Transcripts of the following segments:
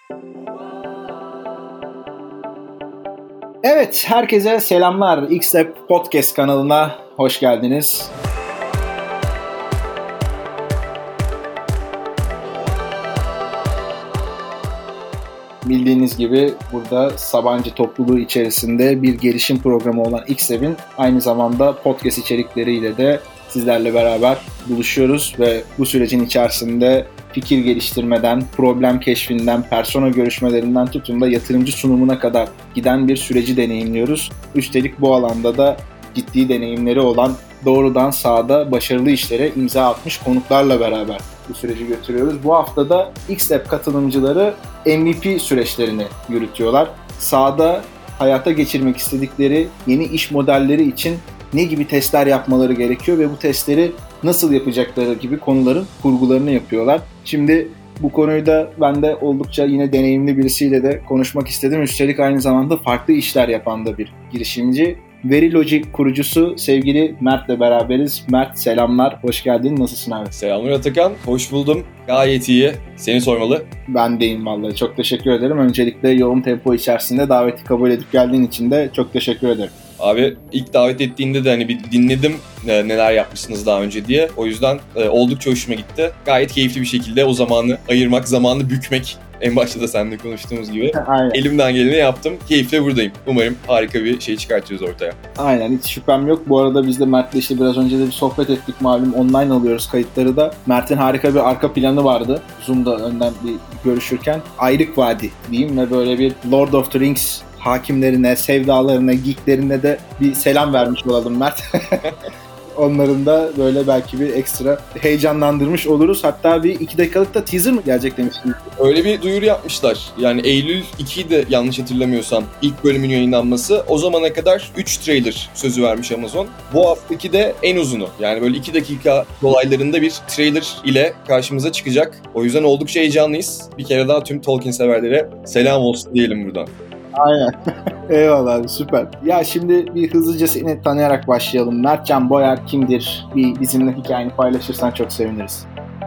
Evet, herkese selamlar. X-Lab Podcast kanalına hoş geldiniz. Bildiğiniz gibi burada Sabancı topluluğu içerisinde bir gelişim programı olan X-Lab'in aynı zamanda podcast içerikleriyle de sizlerle beraber buluşuyoruz ve bu sürecin içerisinde fikir geliştirmeden, problem keşfinden, persona görüşmelerinden tutun da yatırımcı sunumuna kadar giden bir süreci deneyimliyoruz. Üstelik bu alanda da ciddi deneyimleri olan, doğrudan sahada başarılı işlere imza atmış konuklarla beraber bu süreci götürüyoruz. Bu hafta da X-Lab katılımcıları MVP süreçlerini yürütüyorlar. Sahada hayata geçirmek istedikleri yeni iş modelleri için ne gibi testler yapmaları gerekiyor ve bu testleri nasıl yapacakları gibi konuların kurgularını yapıyorlar. Şimdi bu konuyu da ben de oldukça yine deneyimli birisiyle de konuşmak istedim. Üstelik aynı zamanda farklı işler yapan da bir girişimci. Verilogic kurucusu sevgili Mert'le beraberiz. Mert selamlar, hoş geldin. Nasılsın abi? Selamlar Atakan, hoş buldum. Gayet iyi. Seni sormalı. Ben deyim vallahi. Çok teşekkür ederim. Öncelikle yoğun tempo içerisinde daveti kabul edip geldiğin için de çok teşekkür ederim. Abi ilk davet ettiğinde de hani bir dinledim neler yapmışsınız daha önce diye. O yüzden oldukça hoşuma gitti. Gayet keyifli bir şekilde o zamanı ayırmak, zamanı bükmek. En başta da seninle konuştuğumuz gibi. Aynen. Elimden geleni yaptım. Keyifle buradayım. Umarım harika bir şey çıkartıyoruz ortaya. Aynen, hiç şüphem yok. Bu arada biz de Mert'le işte biraz önce de bir sohbet ettik, malum online alıyoruz kayıtları da. Mert'in harika bir arka planı vardı. Zoom'da önden bir görüşürken. Ayrık Vadi diyeyim ve böyle bir Lord of the Rings hakimlerine, sevdalarına, geeklerine de bir selam vermiş olalım Mert. Onların da böyle belki bir ekstra heyecanlandırmış oluruz. Hatta bir 2 dakikalık da teaser mı gelecek demiştiniz? Öyle bir duyuru yapmışlar. Yani Eylül 2'de yanlış hatırlamıyorsam ilk bölümün yayınlanması. O zamana kadar 3 trailer sözü vermiş Amazon. Bu haftaki de en uzunu. Yani böyle 2 dakika dolaylarında bir trailer ile karşımıza çıkacak. O yüzden oldukça heyecanlıyız. Bir kere daha tüm Tolkien severlere selam olsun diyelim buradan. Aynen. Eyvallah abi, süper. Ya şimdi bir hızlıca seni tanıyarak başlayalım. Mertcan Boyar kimdir? Bir bizimle hikayeni paylaşırsan çok seviniriz.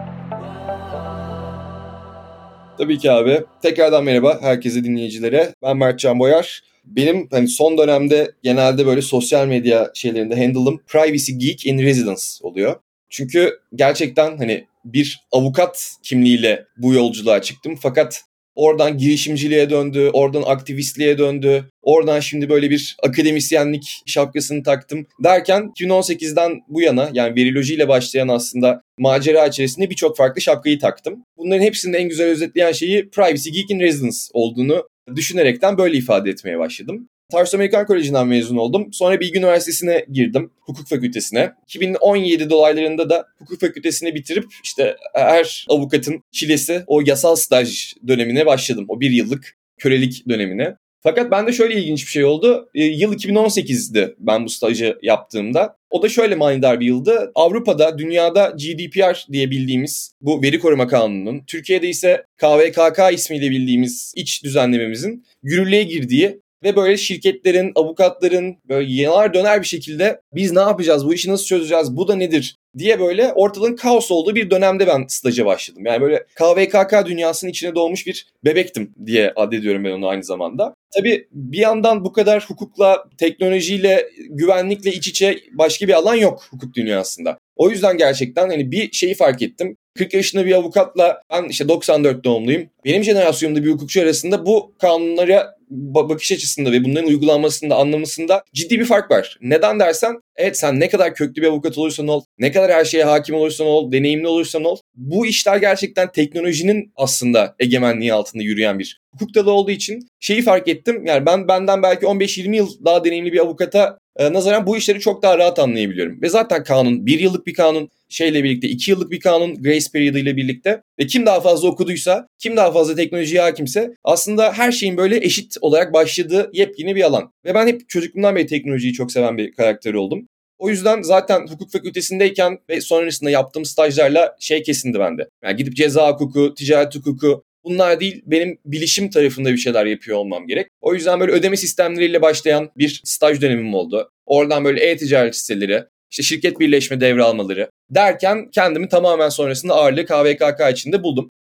Tabii ki abi. Tekrardan merhaba herkese, dinleyicilere. Ben Mertcan Boyar. Benim son dönemde genelde böyle sosyal medya şeylerinde handle'ım Privacy Geek in Residence oluyor. Çünkü gerçekten bir avukat kimliğiyle bu yolculuğa çıktım. Fakat oradan girişimciliğe döndü, oradan aktivistliğe döndü. Oradan şimdi böyle bir akademisyenlik şapkasını taktım derken 2018'den bu yana, yani Veriloji ile başlayan aslında macera içerisinde birçok farklı şapkayı taktım. Bunların hepsinin en güzel özetleyen şeyi Privacy Geek in Residence olduğunu düşünerekten böyle ifade etmeye başladım. Tarsus Amerikan Koleji'nden mezun oldum. Sonra Bilgi Üniversitesi'ne girdim, hukuk fakültesine. 2017 dolaylarında da hukuk fakültesini bitirip işte her avukatın çilesi o yasal staj dönemine başladım. O 1 yıllık kölelik dönemine. Fakat bende şöyle ilginç bir şey oldu. Yıl 2018'di ben bu stajı yaptığımda. O da şöyle manidar bir yıldı. Avrupa'da, dünyada GDPR diye bildiğimiz bu veri koruma kanununun, Türkiye'de ise KVKK ismiyle bildiğimiz iç düzenlememizin yürürlüğe girdiği ve böyle şirketlerin, avukatların böyle yanar döner bir şekilde biz ne yapacağız, bu işi nasıl çözeceğiz, bu da nedir diye böyle ortalığın kaos olduğu bir dönemde ben staja başladım. Yani böyle KVKK dünyasının içine doğmuş bir bebektim diye addediyorum ben onu aynı zamanda. Tabii bir yandan bu kadar hukukla, teknolojiyle, güvenlikle iç içe başka bir alan yok hukuk dünyasında. O yüzden gerçekten bir şeyi fark ettim. 40 yaşında bir avukatla ben işte 94 doğumluyum. Benim jenerasyonumda bir hukukçu arasında bu kanunlara bakış açısında ve bunların uygulanmasında, anlamasında ciddi bir fark var. Neden dersen, evet sen ne kadar köklü bir avukat olursan ol, ne kadar her şeye hakim olursan ol, deneyimli olursan ol, bu işler gerçekten teknolojinin aslında egemenliği altında yürüyen bir hukuk dalı olduğu için şeyi fark ettim. Yani benden belki 15-20 yıl daha deneyimli bir avukata nazaran bu işleri çok daha rahat anlayabiliyorum. Ve zaten kanun 1 yıllık bir kanun, şeyle birlikte 2 yıllık bir kanun, grace period ile birlikte ve kim daha fazla okuduysa, kim daha fazla teknolojiye hakimse aslında her şeyin böyle eşit olarak başladığı yepyeni bir alan. Ve ben hep çocukluğumdan beri teknolojiyi çok seven bir karakter oldum. O yüzden zaten hukuk fakültesindeyken ve sonrasında yaptığım stajlarla kesindi bende. Yani gidip ceza hukuku, ticaret hukuku, bunlar değil, benim bilişim tarafında bir şeyler yapıyor olmam gerek. O yüzden böyle ödeme sistemleriyle başlayan bir staj dönemim oldu. Oradan böyle e-ticaret siteleri, işte şirket birleşme devralmaları derken kendimi tamamen sonrasında ağırlığı KVKK içinde buldum.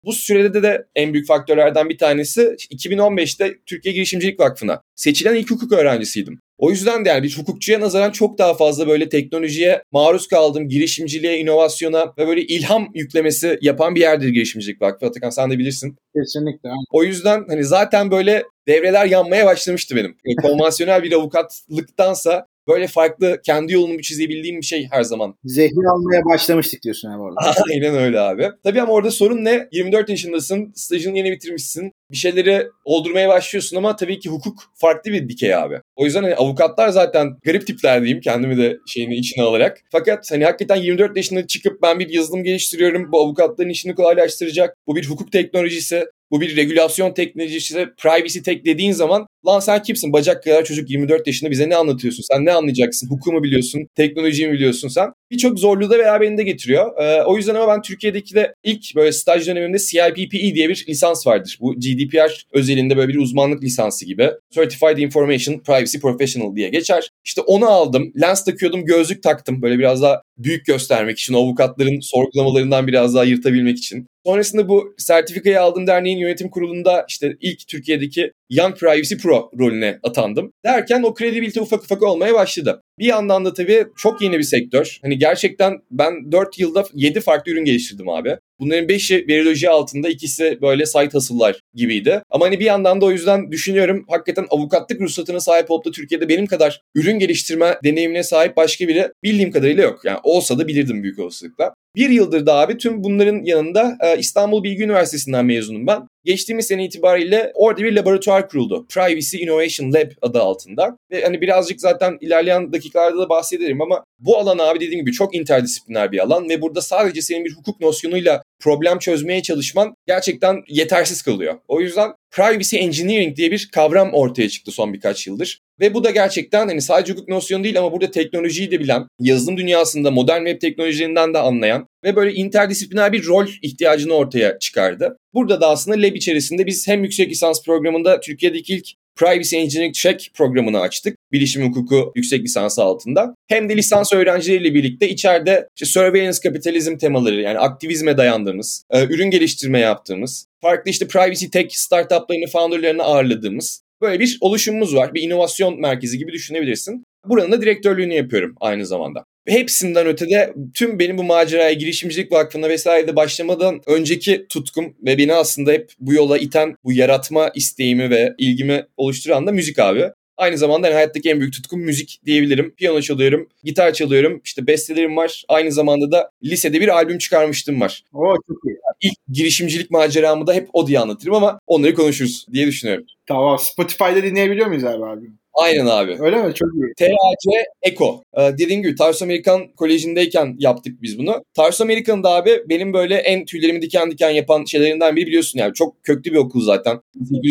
Bu sürede de en büyük faktörlerden bir tanesi 2015'te Türkiye Girişimcilik Vakfı'na seçilen ilk hukuk öğrencisiydim. O yüzden de yani bir hukukçuya nazaran çok daha fazla böyle teknolojiye maruz kaldım. Girişimciliğe, inovasyona ve böyle ilham yüklemesi yapan bir yerdir Girişimcilik Vakfı. Atakan sen de bilirsin. Kesinlikle. O yüzden hani zaten böyle devreler yanmaya başlamıştı benim. Konvansiyonel bir avukatlıktansa böyle farklı kendi yolumu çizebildiğim bir şey her zaman. Zehri almaya başlamıştık diyorsun abi orada. Aynen öyle abi. Tabii ama orada sorun ne? 24 yaşındasın, stajını yeni bitirmişsin. Bir şeyleri oldurmaya başlıyorsun ama tabii ki hukuk farklı bir dikey abi. O yüzden hani avukatlar zaten garip tipler diyeyim kendimi de içine alarak. Fakat hani hakikaten 24 yaşında çıkıp ben bir yazılım geliştiriyorum. Bu avukatların işini kolaylaştıracak. Bu bir hukuk teknolojisi. Bu bir regülasyon teknolojisi, privacy tech dediğin zaman lan sen kimsin? Bacak kadar çocuk 24 yaşında bize ne anlatıyorsun? Sen ne anlayacaksın? Hukuku mu biliyorsun? Teknolojiyi mi biliyorsun sen? Birçok zorluğu da beraberinde getiriyor. O yüzden ama ben Türkiye'deki de ilk böyle staj dönemimde CIPPE diye bir lisans vardır. Bu GDPR özelinde böyle bir uzmanlık lisansı gibi. Certified Information Privacy Professional diye geçer. İşte onu aldım. Lens takıyordum, gözlük taktım. Böyle biraz daha büyük göstermek için, avukatların sorgulamalarından biraz daha yırtabilmek için. Sonrasında bu sertifikayı aldığım derneğin yönetim kurulunda işte ilk Türkiye'deki Young Privacy Pro rolüne atandım. Derken o kredibilite ufak ufak olmaya başladı. Bir yandan da tabii çok yeni bir sektör. Hani gerçekten ben 4 yılda 7 farklı ürün geliştirdim abi. Bunların 5'i Veriloji altında, ikisi böyle side hustle'lar gibiydi. Ama hani bir yandan da o yüzden düşünüyorum hakikaten avukatlık ruhsatına sahip olup da Türkiye'de benim kadar ürün geliştirme deneyimine sahip başka biri bildiğim kadarıyla yok. Yani olsa da bilirdim büyük olasılıkla. Bir yıldır da abi tüm bunların yanında İstanbul Bilgi Üniversitesi'nden mezunum ben. Geçtiğimiz sene itibariyle orada bir laboratuvar kuruldu. Privacy Innovation Lab adı altında. Ve hani birazcık zaten ilerleyen dakikalarda da bahsederim ama bu alan abi dediğim gibi çok interdisipliner bir alan ve burada sadece senin bir hukuk nosyonuyla problem çözmeye çalışman gerçekten yetersiz kalıyor. O yüzden Privacy Engineering diye bir kavram ortaya çıktı son birkaç yıldır. Ve bu da gerçekten hani sadece hukuk nosyonu değil ama burada teknolojiyi de bilen, yazılım dünyasında modern web teknolojilerinden de anlayan ve böyle interdisipliner bir rol ihtiyacını ortaya çıkardı. Burada da aslında lab içerisinde biz hem yüksek lisans programında Türkiye'deki ilk Privacy Engineering Check programını açtık. Bilişim hukuku yüksek lisansı altında. Hem de lisans öğrencileriyle birlikte içeride işte surveillance kapitalizm temaları yani aktivizme dayandığımız, ürün geliştirme yaptığımız, farklı işte privacy tech startuplarını, founderlarını ağırladığımız böyle bir oluşumumuz var. Bir inovasyon merkezi gibi düşünebilirsin. Buranın da direktörlüğünü yapıyorum aynı zamanda. Hepsinden ötede tüm benim bu maceraya Girişimcilik Vakfı'na vesaire de başlamadan önceki tutkum ve beni aslında hep bu yola iten, bu yaratma isteğimi ve ilgimi oluşturan da müzik abi. Aynı zamanda yani hayattaki en büyük tutkum müzik diyebilirim. Piyano çalıyorum, gitar çalıyorum, işte bestelerim var. Aynı zamanda da lisede bir albüm çıkarmıştım var. Oo çok iyi. İlk girişimcilik maceramı da hep o diye anlatırım ama onları konuşuruz diye düşünüyorum. Tamam. Spotify'da dinleyebiliyor muyuz abi? Aynen abi. Öyle mi? Çok iyi. TAC Eko. Dediğim gibi Tarsus Amerikan Koleji'ndeyken yaptık biz bunu. Tarsus Amerikan'da abi benim böyle en tüylerimi diken diken yapan şeylerinden biri biliyorsun yani. Çok köklü bir okul zaten.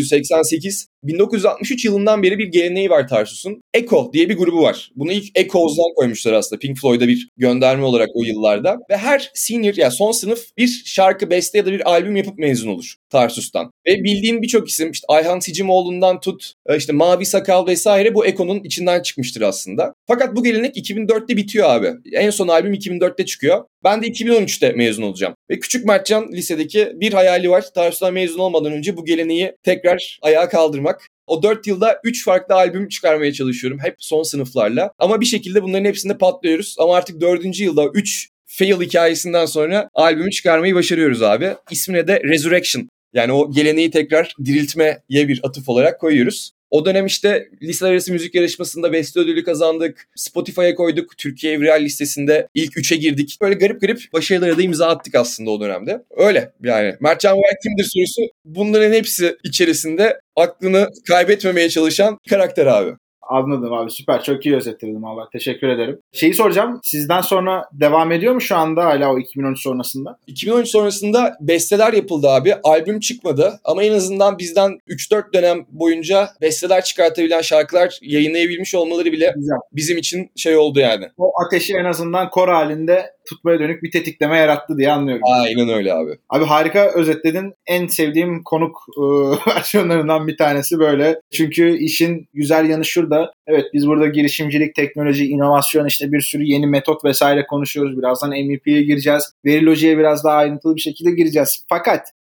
1888. 1963 yılından beri bir geleneği var Tarsus'un. Eko diye bir grubu var. Bunu ilk Echoes'dan koymuşlar aslında. Pink Floyd'a bir gönderme olarak o yıllarda. Ve her senior yani son sınıf bir şarkı, beste ya da bir albüm yapıp mezun olur Tarsus'tan. Ve bildiğin birçok isim işte Ayhan Sicimoğlu'ndan tut işte Mavi Sakal vesaire bu Eko'nun içinden çıkmıştır aslında. Fakat bu gelenek 2004'te bitiyor abi. En son albüm 2004'te çıkıyor. Ben de 2013'te mezun olacağım. Ve Küçük Mertcan lisedeki bir hayali var. Tarsus'tan mezun olmadan önce bu geleneği tekrar ayağa kaldırmak. O 4 yılda 3 farklı albüm çıkarmaya çalışıyorum. Hep son sınıflarla. Ama bir şekilde bunların hepsinde patlıyoruz. Ama artık 4. yılda 3 fail hikayesinden sonra albümü çıkarmayı başarıyoruz abi. İsmine de Resurrection. Yani o geleneği tekrar diriltmeye bir atıf olarak koyuyoruz. O dönem işte liseler arası müzik yarışmasında beste ödülü kazandık. Spotify'a koyduk. Türkiye Evrel listesinde ilk 3'e girdik. Böyle garip garip başarılara da imza attık aslında o dönemde. Öyle yani. Mertcan Boyar kimdir sorusu bunların hepsi içerisinde aklını kaybetmemeye çalışan karakter abi. Anladım abi, süper, çok iyi özetledin valla, teşekkür ederim. Şeyi soracağım, sizden sonra devam ediyor mu şu anda hala o 2013 sonrasında? 2013 sonrasında besteler yapıldı abi, albüm çıkmadı ama en azından bizden 3-4 dönem boyunca besteler çıkartabilen şarkılar yayınlayabilmiş olmaları bile güzel. Bizim için şey oldu yani. O ateşi en azından kor halinde tutmaya dönük bir tetikleme yarattı diye anlıyorum. Aynen öyle abi. Abi harika özetledin. En sevdiğim konuk versiyonlarından bir tanesi böyle. Çünkü işin güzel yanı şurada. Evet, biz burada girişimcilik, teknoloji, inovasyon, işte bir sürü yeni metot vesaire konuşuyoruz. Birazdan MVP'ye gireceğiz. Veriloji'ye biraz daha ayrıntılı bir şekilde gireceğiz. Fakat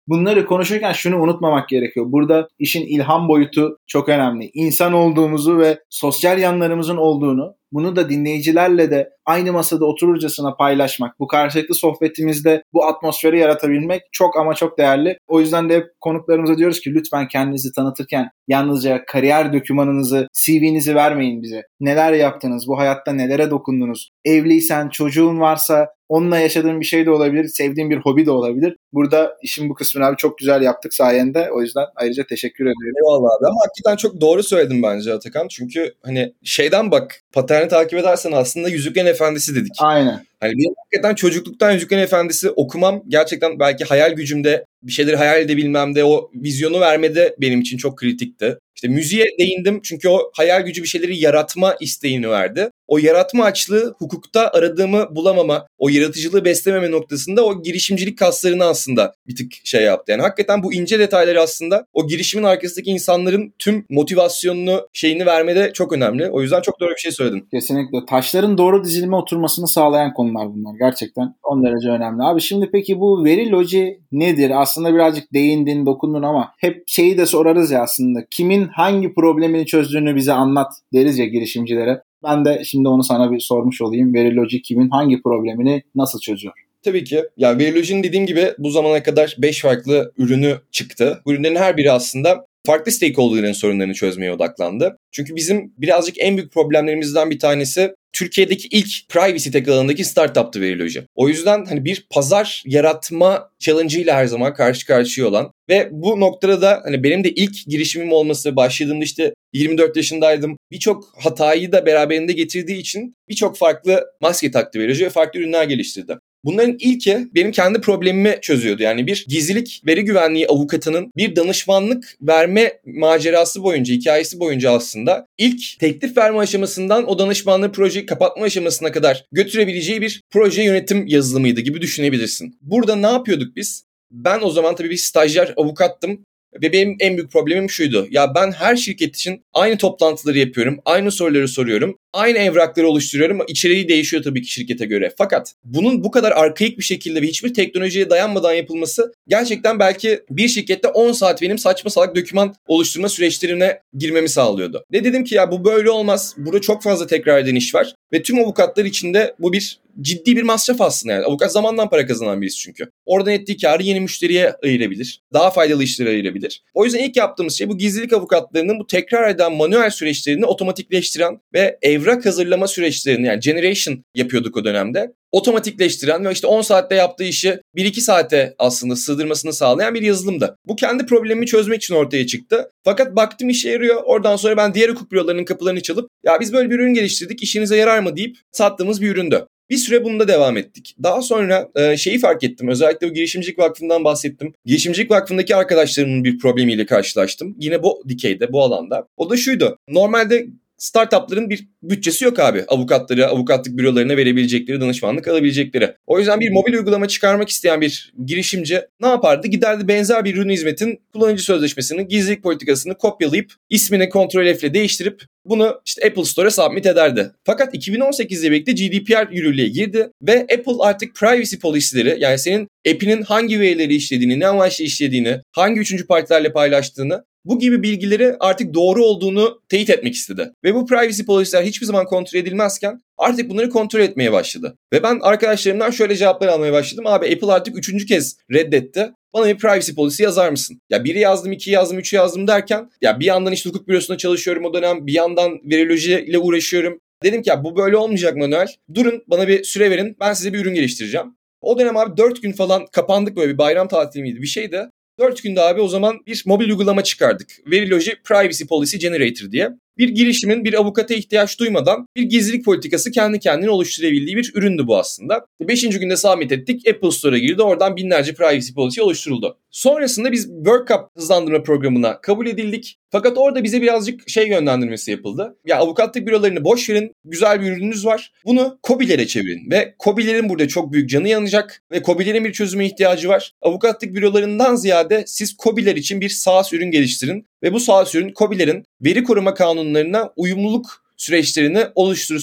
bunları konuşurken şunu unutmamak gerekiyor. Burada işin ilham boyutu çok önemli. İnsan olduğumuzu ve sosyal yanlarımızın olduğunu, bunu da dinleyicilerle de aynı masada otururcasına paylaşmak, bu karşılıklı sohbetimizde bu atmosferi yaratabilmek çok ama çok değerli. O yüzden de hep konuklarımıza diyoruz ki lütfen kendinizi tanıtırken yalnızca kariyer dokümanınızı, CV'nizi vermeyin bize. Neler yaptınız, bu hayatta nelere dokundunuz? Evliysen, çocuğun varsa onunla yaşadığın bir şey de olabilir, sevdiğin bir hobi de olabilir. Burada işin bu kısmını abi çok güzel yaptık sayende. O yüzden ayrıca teşekkür ediyorum. Eyvallah abi, ama hakikaten çok doğru söyledin bence Atakan. Çünkü hani şeyden bak, paterni takip edersen aslında Yüzüklerin Efendisi dedik. Aynen. Hani benim hakikaten çocukluktan Yüzüklerin Efendisi okumam gerçekten belki hayal gücümde bir şeyleri hayal edebilmemde, o vizyonu vermede benim için çok kritikti. İşte müziğe değindim çünkü o hayal gücü bir şeyleri yaratma isteğini verdi. O yaratma açlığı hukukta aradığımı bulamama, o yaratıcılığı beslememe noktasında o girişimcilik kaslarını aslında bir tık şey yaptı. Yani hakikaten bu ince detayları aslında o girişimin arkasındaki insanların tüm motivasyonunu, şeyini vermede çok önemli. O yüzden çok doğru bir şey söyledin. Kesinlikle. Taşların doğru dizilime oturmasını sağlayan konular bunlar. Gerçekten 10 derece önemli. Abi şimdi peki bu veri loji nedir? Aslında birazcık değindin, dokundun ama hep şeyi de sorarız ya aslında. Kimin hangi problemini çözdüğünü bize anlat deriz ya girişimcilere. Ben de şimdi onu sana bir sormuş olayım. Verilogik kimin hangi problemini nasıl çözüyor? Tabii ki. Ya Verilogic'in dediğim gibi bu zamana kadar 5 farklı ürünü çıktı. Bu ürünlerin her biri aslında farklı stakeholder'ların sorunlarını çözmeye odaklandı. Çünkü bizim birazcık en büyük problemlerimizden bir tanesi Türkiye'deki ilk privacy tech alanındaki startup'tı Veriloji. O yüzden hani bir pazar yaratma challenge'ıyla her zaman karşı karşıya olan ve bu noktada da hani benim de ilk girişimim olması, başladığımda işte 24 yaşındaydım. Birçok hatayı da beraberinde getirdiği için birçok farklı maske taktı Veriloji ve farklı ürünler geliştirdi. Bunların ilki benim kendi problemimi çözüyordu. Yani bir gizlilik veri güvenliği avukatının bir danışmanlık verme macerası boyunca, hikayesi boyunca aslında ilk teklif verme aşamasından o danışmanlığı projeyi kapatma aşamasına kadar götürebileceği bir proje yönetim yazılımıydı gibi düşünebilirsin. Burada ne yapıyorduk biz? Ben o zaman tabii bir stajyer avukattım. Ve benim en büyük problemim şuydu. Ya ben her şirket için aynı toplantıları yapıyorum. Aynı soruları soruyorum. Aynı evrakları oluşturuyorum. İçeriği değişiyor tabii ki şirkete göre. Fakat bunun bu kadar arkaik bir şekilde ve hiçbir teknolojiye dayanmadan yapılması gerçekten belki bir şirkette 10 saat benim saçma salak doküman oluşturma süreçlerine girmemi sağlıyordu. Ve dedim ki ya bu böyle olmaz. Burada çok fazla tekrar eden iş var. Ve tüm avukatlar için de bu bir ciddi bir masraf aslında yani. Avukat zamandan para kazanan birisi çünkü. Oradan ettiği karı yeni müşteriye ayırabilir. Daha faydalı işlere ayırabilir. O yüzden ilk yaptığımız şey bu gizlilik avukatlarının bu tekrar eden manuel süreçlerini otomatikleştiren ve evrak hazırlama süreçlerini yani generation yapıyorduk o dönemde. Otomatikleştiren ve işte 10 saatte yaptığı işi 1-2 saate aslında sığdırmasını sağlayan bir yazılımdı. Bu kendi problemimi çözmek için ortaya çıktı. Fakat baktım işe yarıyor. Oradan sonra ben diğer hukuk bürolarının kapılarını çalıp ya biz böyle bir ürün geliştirdik, işinize yarar mı deyip sattığımız bir üründü. Bir süre bunda devam ettik. Daha sonra şeyi fark ettim. Özellikle bu Girişimcilik Vakfı'ndan bahsettim. Girişimcilik Vakfı'ndaki arkadaşlarımın bir problemiyle karşılaştım. Yine bu dikeyde, bu alanda. O da şuydu. Normalde startupların bir bütçesi yok abi. Avukatları, avukatlık bürolarına verebilecekleri, danışmanlık alabilecekleri. O yüzden bir mobil uygulama çıkarmak isteyen bir girişimci ne yapardı? Giderdi benzer bir ürün hizmetin kullanıcı sözleşmesini, gizlilik politikasını kopyalayıp ismini Ctrl+F'le değiştirip bunu işte Apple Store'a submit ederdi. Fakat 2018'de birlikte GDPR yürürlüğe girdi ve Apple artık privacy policy'leri yani senin app'inin hangi verileri işlediğini, ne amaçla işlediğini, hangi üçüncü partilerle paylaştığını bu gibi bilgileri artık doğru olduğunu teyit etmek istedi. Ve bu privacy policy'ler hiçbir zaman kontrol edilmezken artık bunları kontrol etmeye başladı. Ve ben arkadaşlarımdan şöyle cevaplar almaya başladım. Abi Apple artık 3. kez reddetti. Bana bir privacy policy yazar mısın? Ya 1'i yazdım, 2'yi yazdım, 3'ü yazdım derken ya bir yandan işte hukuk bürosunda çalışıyorum o dönem. Bir yandan veriloji ile uğraşıyorum. Dedim ki ya bu böyle olmayacak Manuel. Durun bana bir süre verin. Ben size bir ürün geliştireceğim. O dönem abi 4 gün falan kapandık böyle bir bayram tatili miydi bir şeydi. 4 günde abi o zaman bir mobil uygulama çıkardık. Veriloji Privacy Policy Generator diye. Bir girişimin bir avukata ihtiyaç duymadan bir gizlilik politikası kendi kendine oluşturabildiği bir üründü bu aslında. 5. günde submit ettik. Apple Store'a girdi. Oradan binlerce privacy policy oluşturuldu. Sonrasında biz World Cup hızlandırma programına kabul edildik. Fakat orada bize birazcık yönlendirmesi yapıldı. Ya avukatlık bürolarını boş verin. Güzel bir ürününüz var. Bunu KOBİ'lere çevirin. Ve KOBİ'lerin burada çok büyük canı yanacak. Ve KOBİ'lerin bir çözüme ihtiyacı var. Avukatlık bürolarından ziyade siz KOBİ'ler için bir SaaS ürün geliştirin. Ve bu SaaS ürün KOBİ'lerin veri koruma kanunlarına uyumluluk süreçlerini oluştursun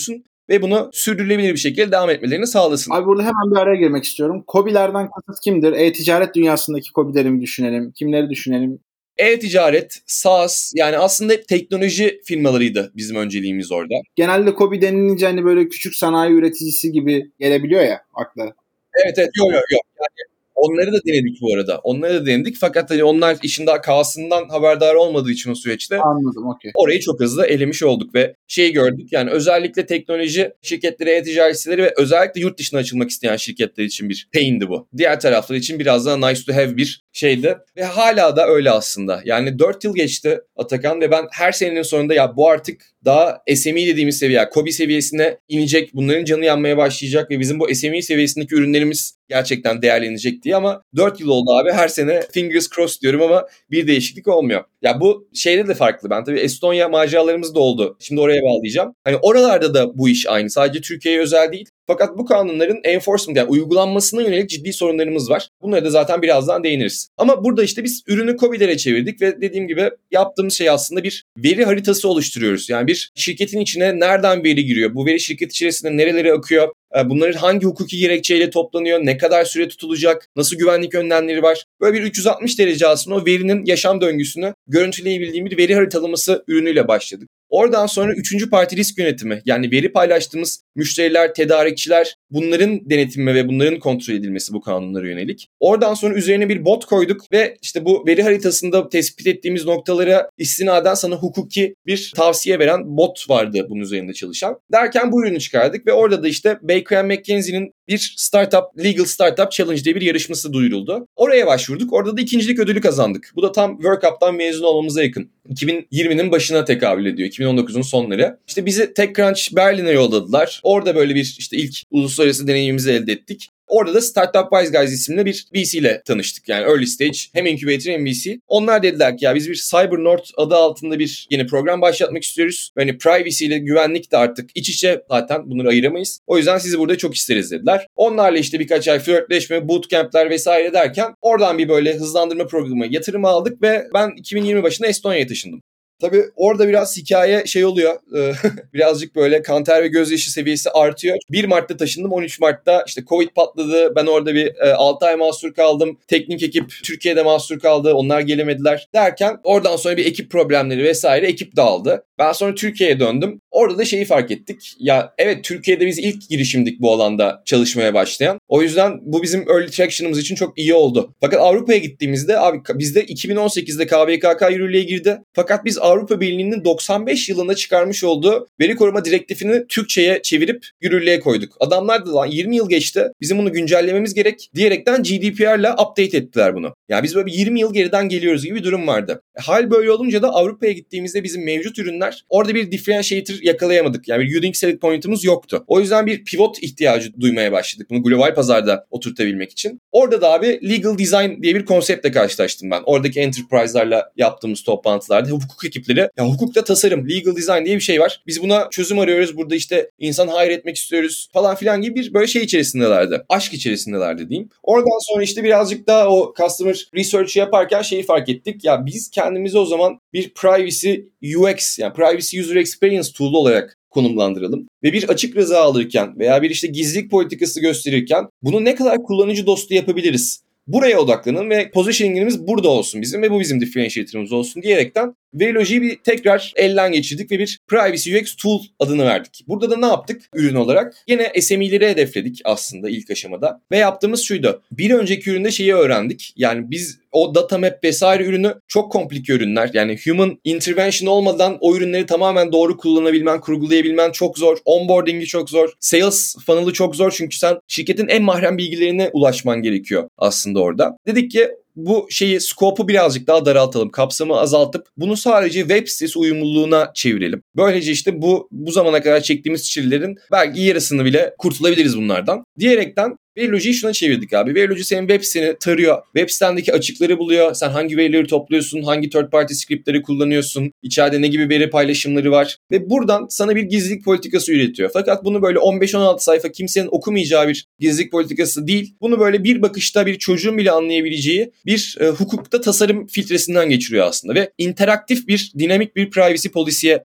ve bunu sürdürülebilir bir şekilde devam etmelerini sağlasın. Abi burada hemen bir araya girmek istiyorum. KOBİ'lerden kasıt kimdir? E-ticaret dünyasındaki KOBİ'leri mi düşünelim? Kimleri düşünelim? E-ticaret, SaaS, yani aslında hep teknoloji firmalarıydı bizim önceliğimiz orada. Genelde KOBİ denilince hani böyle küçük sanayi üreticisi gibi gelebiliyor ya akla. Evet, yok. Yani onları da denedik bu arada. Onları da denedik fakat hani onlar işin daha K'sından haberdar olmadığı için o süreçte Anladım, okey. orayı çok hızlı elemiş olduk ve şeyi gördük, yani özellikle teknoloji şirketleri, e-ticaret siteleri ve özellikle yurt dışına açılmak isteyen şirketler için bir pain'di bu. Diğer taraflar için biraz daha nice to have bir şeydi ve hala da öyle aslında. Yani 4 yıl geçti Atakan ve ben her senenin sonunda ya bu artık daha SME dediğimiz seviye, KOBİ seviyesine inecek, bunların canı yanmaya başlayacak ve bizim bu SME seviyesindeki ürünlerimiz gerçekten değerlenecek diye, ama 4 yıl oldu abi, her sene fingers crossed diyorum ama bir değişiklik olmuyor. Ya bu şeyde de farklı. Ben tabii Estonya maceralarımız da oldu. Şimdi oraya bağlayacağım. Hani oralarda da bu iş aynı. Sadece Türkiye'ye özel değil. Fakat bu kanunların enforcement, yani uygulanmasına yönelik ciddi sorunlarımız var. Bunlara da zaten birazdan değiniriz. Ama burada işte biz ürünü KOBİ'lere çevirdik ve dediğim gibi yaptığımız şey aslında bir veri haritası oluşturuyoruz. Yani bir şirketin içine nereden veri giriyor? Bu veri şirket içerisinde nerelere akıyor? Bunların hangi hukuki gerekçeyle toplanıyor? Ne kadar süre tutulacak? Nasıl güvenlik önlemleri var? Böyle bir 360 derece aslında o verinin yaşam döngüsünü görüntüleyebildiğim bir veri haritalaması ürünüyle başladık. Oradan sonra 3. parti risk yönetimi, yani veri paylaştığımız müşteriler, tedarikçiler, bunların denetimi ve bunların kontrol edilmesi bu kanunlara yönelik. Oradan sonra üzerine bir bot koyduk ve işte bu veri haritasında tespit ettiğimiz noktalara istinaden sana hukuki bir tavsiye veren bot vardı bunun üzerinde çalışan. Derken bu ürünü çıkardık ve orada da işte Baker McKenzie'nin bir Legal Startup Challenge diye bir yarışması duyuruldu. Oraya başvurduk. Orada da ikincilik ödülü kazandık. Bu da tam World Cup'tan mezun olmamıza yakın. 2020'nin başına tekabül ediyor. 2019'un sonları. İşte bizi TechCrunch Berlin'e yolladılar. Orada böyle bir işte ilk uluslararası deneyimimizi elde ettik. Orada da Startup Wise Guys isimli bir VC ile tanıştık. Yani early stage hem incubator hem VC. Onlar dediler ki ya biz bir CyberNorth adı altında bir yeni program başlatmak istiyoruz. Yani privacy ile güvenlik de artık iç içe, zaten bunları ayıramayız. O yüzden sizi burada çok isteriz dediler. Onlarla işte birkaç ay flörtleşme, bootcamp'ler vesaire derken oradan bir böyle hızlandırma programı yatırımı aldık ve ben 2020 başında Estonya'ya taşındım. Tabii orada biraz hikaye şey oluyor. Birazcık böyle kan ter ve gözyaşı seviyesi artıyor. 1 Mart'ta taşındım. 13 Mart'ta işte Covid patladı. Ben orada bir 6 ay mahsur kaldım. Teknik ekip Türkiye'de mahsur kaldı. Onlar gelemediler. Derken oradan sonra bir ekip problemleri vesaire, ekip dağıldı. Ben sonra Türkiye'ye döndüm. Orada da şeyi fark ettik. Ya evet, Türkiye'de biz ilk girişimdik bu alanda çalışmaya başlayan. O yüzden bu bizim early traction'ımız için çok iyi oldu. Fakat Avrupa'ya gittiğimizde abi bizde 2018'de KVKK yürürlüğe girdi. Fakat biz Avrupa Birliği'nin 95 yılında çıkarmış olduğu veri koruma direktifini Türkçe'ye çevirip yürürlüğe koyduk. Adamlar da lan 20 yıl geçti, bizim bunu güncellememiz gerek diyerekten GDPR'la update ettiler bunu. Yani biz böyle bir 20 yıl geriden geliyoruz gibi bir durum vardı. Hal böyle olunca da Avrupa'ya gittiğimizde bizim mevcut ürünler, orada bir differentiator yakalayamadık. Yani bir unique selling point'ımız yoktu. O yüzden bir pivot ihtiyacı duymaya başladık bunu global pazarda oturtabilmek için. Orada da abi legal design diye bir konseptle karşılaştım ben. Oradaki enterprise'larla yaptığımız toplantılarda hukuk ekipleri, ya hukukta tasarım, legal design diye bir şey var. Biz buna çözüm arıyoruz. Burada işte insan hire etmek istiyoruz falan filan gibi bir böyle şey içerisindelerdi. Aşk içerisindelerdi diyeyim. Oradan sonra işte birazcık daha o customer research yaparken şeyi fark ettik. Ya biz kendimizi o zaman bir privacy UX, yani privacy user experience tool olarak konumlandıralım. Ve bir açık rıza alırken veya bir işte gizlilik politikası gösterirken bunu ne kadar kullanıcı dostu yapabiliriz? Buraya odaklanın ve positioning'imiz burada olsun bizim ve bu bizim differentiator'ımız olsun diyerekten Verilogi'yi bir tekrar elden geçirdik ve bir Privacy UX Tool adını verdik. Burada da ne yaptık ürün olarak? Yine SME'leri hedefledik aslında ilk aşamada ve yaptığımız şuydu. Bir önceki üründe şeyi öğrendik. Yani biz o data map vesaire ürünü çok komplike ürünler. Yani human intervention olmadan o ürünleri tamamen doğru kullanabilmen, kurgulayabilmen çok zor. Onboarding'i çok zor. Sales funnel'ı çok zor çünkü sen şirketin en mahrem bilgilerine ulaşman gerekiyor aslında orada. Dedik ki bu scope'u birazcık daha daraltalım. Kapsamı azaltıp bunu sadece web sitesi uyumluluğuna çevirelim. Böylece işte bu zamana kadar çektiğimiz çilelerin belki yarısını bile kurtulabiliriz bunlardan diyerekten Verilogi'yi şuna çevirdik abi. Verilogi senin web siteni tarıyor. Web sitendeki açıkları buluyor. Sen hangi verileri topluyorsun, hangi third party scriptleri kullanıyorsun, içeride ne gibi veri paylaşımları var ve buradan sana bir gizlilik politikası üretiyor. Fakat bunu böyle 15-16 sayfa kimsenin okumayacağı bir gizlilik politikası değil. Bunu böyle bir bakışta bir çocuğun bile anlayabileceği bir hukukta tasarım filtresinden geçiriyor aslında ve interaktif bir, dinamik bir privacy policy'ye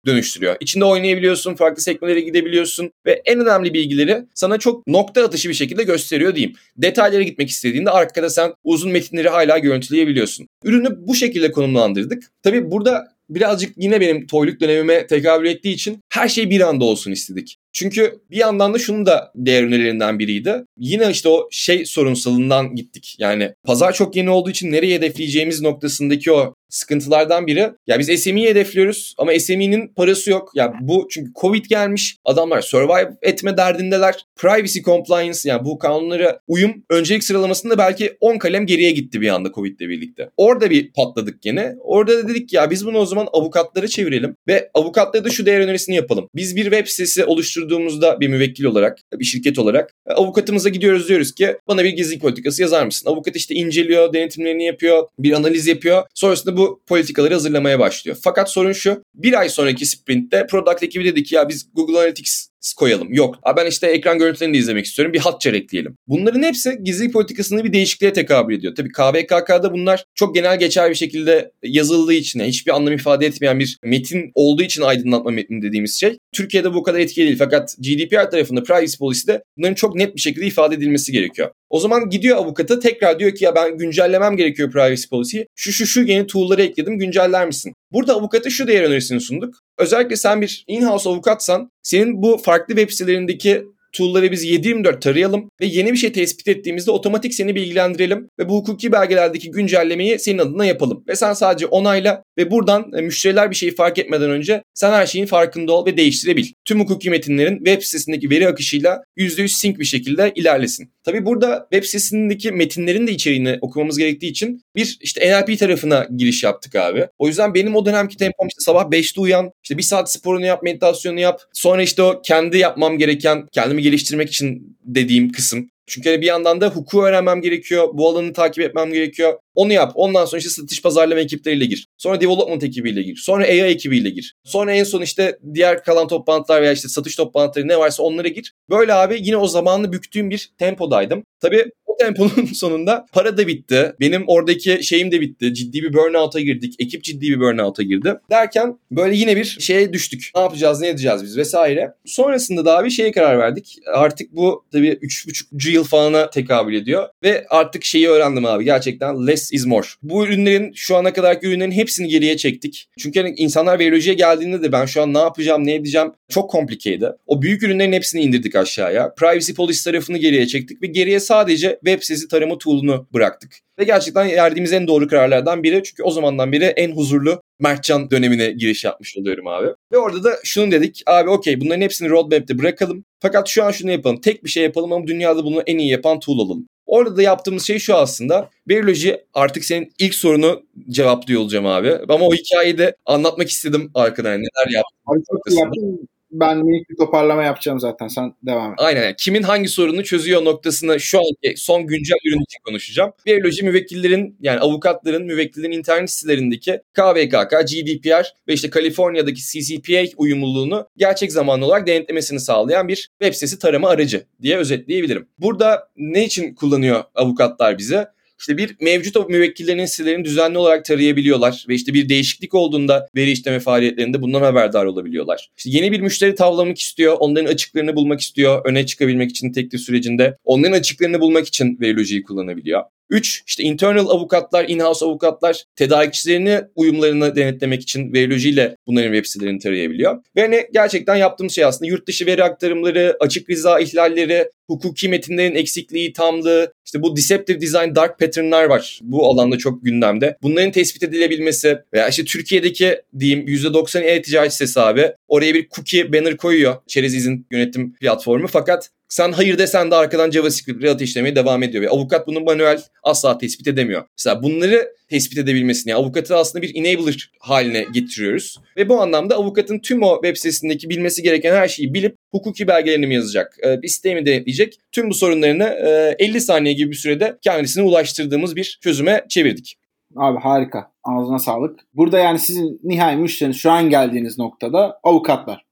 dönüştürüyor. İçinde oynayabiliyorsun, farklı sekmelere gidebiliyorsun ve en önemli bilgileri sana çok nokta atışı bir şekilde gösteriyor diyeyim. Detaylara gitmek istediğinde arkada sen uzun metinleri hala görüntüleyebiliyorsun. Ürünü bu şekilde konumlandırdık. Tabii burada birazcık yine benim toyluk dönemime tekabül ettiği için her şey bir anda olsun istedik. Çünkü bir yandan da şunun da değer önerilerinden biriydi. Yine işte o sorunsalından gittik. Yani pazar çok yeni olduğu için nereye hedefleyeceğimiz noktasındaki o sıkıntılardan biri. Ya biz SME'yi hedefliyoruz ama SME'nin parası yok. Ya bu çünkü Covid gelmiş. Adamlar survive etme derdindeler. Privacy compliance, yani bu kanunlara uyum öncelik sıralamasında belki 10 kalem geriye gitti bir anda Covid'le birlikte. Orada bir patladık gene. Orada da dedik ya biz bunu o zaman avukatlara çevirelim ve avukatlara da şu değer önerisini yapalım. Biz bir web sitesi oluşturduğumuzda bir müvekkil olarak, bir şirket olarak avukatımıza gidiyoruz, diyoruz ki bana bir gizlilik politikası yazar mısın? Avukat işte inceliyor, denetimlerini yapıyor, bir analiz yapıyor. Sonrasında bu politikaları hazırlamaya başlıyor. Fakat sorun şu, bir ay sonraki sprintte product ekibi dedi ki ya biz Google Analytics koyalım. Yok. Ben işte ekran görüntülerini de izlemek istiyorum. Bir Hotjar ekleyelim. Bunların hepsi gizlilik politikasında bir değişikliğe tekabül ediyor. Tabii KVKK'da bunlar çok genel geçer bir şekilde yazıldığı için, hiçbir anlam ifade etmeyen bir metin olduğu için aydınlatma metni dediğimiz şey. Türkiye'de bu kadar etkili değil. Fakat GDPR tarafında Privacy Policy'de bunların çok net bir şekilde ifade edilmesi gerekiyor. O zaman gidiyor avukata, tekrar diyor ki ya ben güncellemem gerekiyor Privacy Policy'yi. Şu yeni tool'ları ekledim, günceller misin? Burada avukata şu değer önerisini sunduk. Özellikle sen bir in-house avukatsan senin bu farklı web sitelerindeki tool'ları biz 7/24 tarayalım ve yeni bir şey tespit ettiğimizde otomatik seni bilgilendirelim ve bu hukuki belgelerdeki güncellemeyi senin adına yapalım. Ve sen sadece onayla ve buradan müşteriler bir şeyi fark etmeden önce sen her şeyin farkında ol ve değiştirebil. Tüm hukuki metinlerin web sitesindeki veri akışıyla %100 sync bir şekilde ilerlesin. Tabii burada web sitesindeki metinlerin de içeriğini okumamız gerektiği için bir işte NLP tarafına giriş yaptık abi. O yüzden benim o dönemki tempom işte sabah 5'te uyan, işte 1 saat sporunu yap, meditasyonu yap. Sonra işte o kendi yapmam gereken, kendimi geliştirmek için dediğim kısım. Çünkü bir yandan da hukuku öğrenmem gerekiyor. Bu alanı takip etmem gerekiyor. Onu yap. Ondan sonra işte satış pazarlama ekipleriyle gir. Sonra development ekibiyle gir. Sonra AI ekibiyle gir. Sonra en son işte diğer kalan toplantılar veya işte satış toplantıları ne varsa onlara gir. Böyle abi yine o zamanını büktüğüm bir tempodaydım. Tabii o temponun sonunda para da bitti. Benim oradaki şeyim de bitti. Ciddi bir burnout'a girdik. Ekip ciddi bir burnout'a girdi. Derken böyle yine bir şeye düştük. Ne yapacağız, ne edeceğiz biz vesaire. Sonrasında da abi şeye karar verdik. Artık bu tabii 3,5 yıl falana tekabül ediyor. Ve artık şeyi öğrendim abi. Gerçekten less is more. Bu ürünlerin, şu ana kadarki ürünlerin hepsini geriye çektik. Çünkü hani insanlar verilojeye geldiğinde de ben şu an ne yapacağım, ne edeceğim çok komplikeydi. O büyük ürünlerin hepsini indirdik aşağıya. Privacy Policy tarafını geriye çektik ve geriye sadece web sitesi tarama tool'unu bıraktık. Ve gerçekten verdiğimiz en doğru kararlardan biri. Çünkü o zamandan beri en huzurlu Mertcan dönemine giriş yapmış oluyorum abi. Ve orada da şunu dedik. Abi okey, bunların hepsini roadmap'te bırakalım. Fakat şu an şunu yapalım. Tek bir şey yapalım ama dünyada bunu en iyi yapan tool alalım. Orada da yaptığımız şey şu aslında. Verilojik, artık senin ilk sorunu cevaplıyor olacağım abi. Ama o hikayeyi de anlatmak istedim arkadan. Neler yaptım. Abi çok iyi yaptın. Ben minik bir toparlama yapacağım zaten. Sen devam et. Aynen. Kimin hangi sorunu çözüyor noktasını şu anki son güncel ürün için konuşacağım. Verilojik müvekkillerin, yani avukatların, müvekkillerin internet sitelerindeki KVKK, GDPR ve işte Kaliforniya'daki CCPA uyumluluğunu gerçek zamanlı olarak denetlemesini sağlayan bir web sitesi tarama aracı diye özetleyebilirim. Burada ne için kullanıyor avukatlar bize? İşte bir mevcut müvekkillerinin sitelerini düzenli olarak tarayabiliyorlar ve işte bir değişiklik olduğunda veri işleme faaliyetlerinde bundan haberdar olabiliyorlar. İşte yeni bir müşteri tavlamak istiyor, onların açıklarını bulmak istiyor, öne çıkabilmek için teklif sürecinde. Onların açıklarını bulmak için Verilogi'yi kullanabiliyor. 3. İşte internal avukatlar, in-house avukatlar tedarikçilerini, uyumlarını denetlemek için Verilogi ile bunların web sitelerini tarayabiliyor. Ve hani gerçekten yaptığımız şey aslında yurt dışı veri aktarımları, açık rıza ihlalleri, hukuki metinlerin eksikliği, tamlığı, işte bu deceptive design, dark pattern'lar var. Bu alanda çok gündemde. Bunların tespit edilebilmesi veya işte Türkiye'deki diyeyim %90 e-ticaret sitesi abi oraya bir cookie banner koyuyor. Çerez izin yönetim platformu, fakat sen hayır desen de arkadan JavaScript data işlemeye devam ediyor. Ve avukat bunu manuel asla tespit edemiyor. Mesela bunları tespit edebilmesini, yani avukatı aslında bir enabler haline getiriyoruz. Ve bu anlamda avukatın tüm o web sitesindeki bilmesi gereken her şeyi bilip hukuki belgelerini mi yazacak, bir siteyi mi denetleyecek, tüm bu sorunlarını 50 saniye gibi bir sürede kendisine ulaştırdığımız bir çözüme çevirdik. Abi harika. Ağzına sağlık. Burada yani sizin nihai müşteriniz şu an geldiğiniz noktada avukatlar.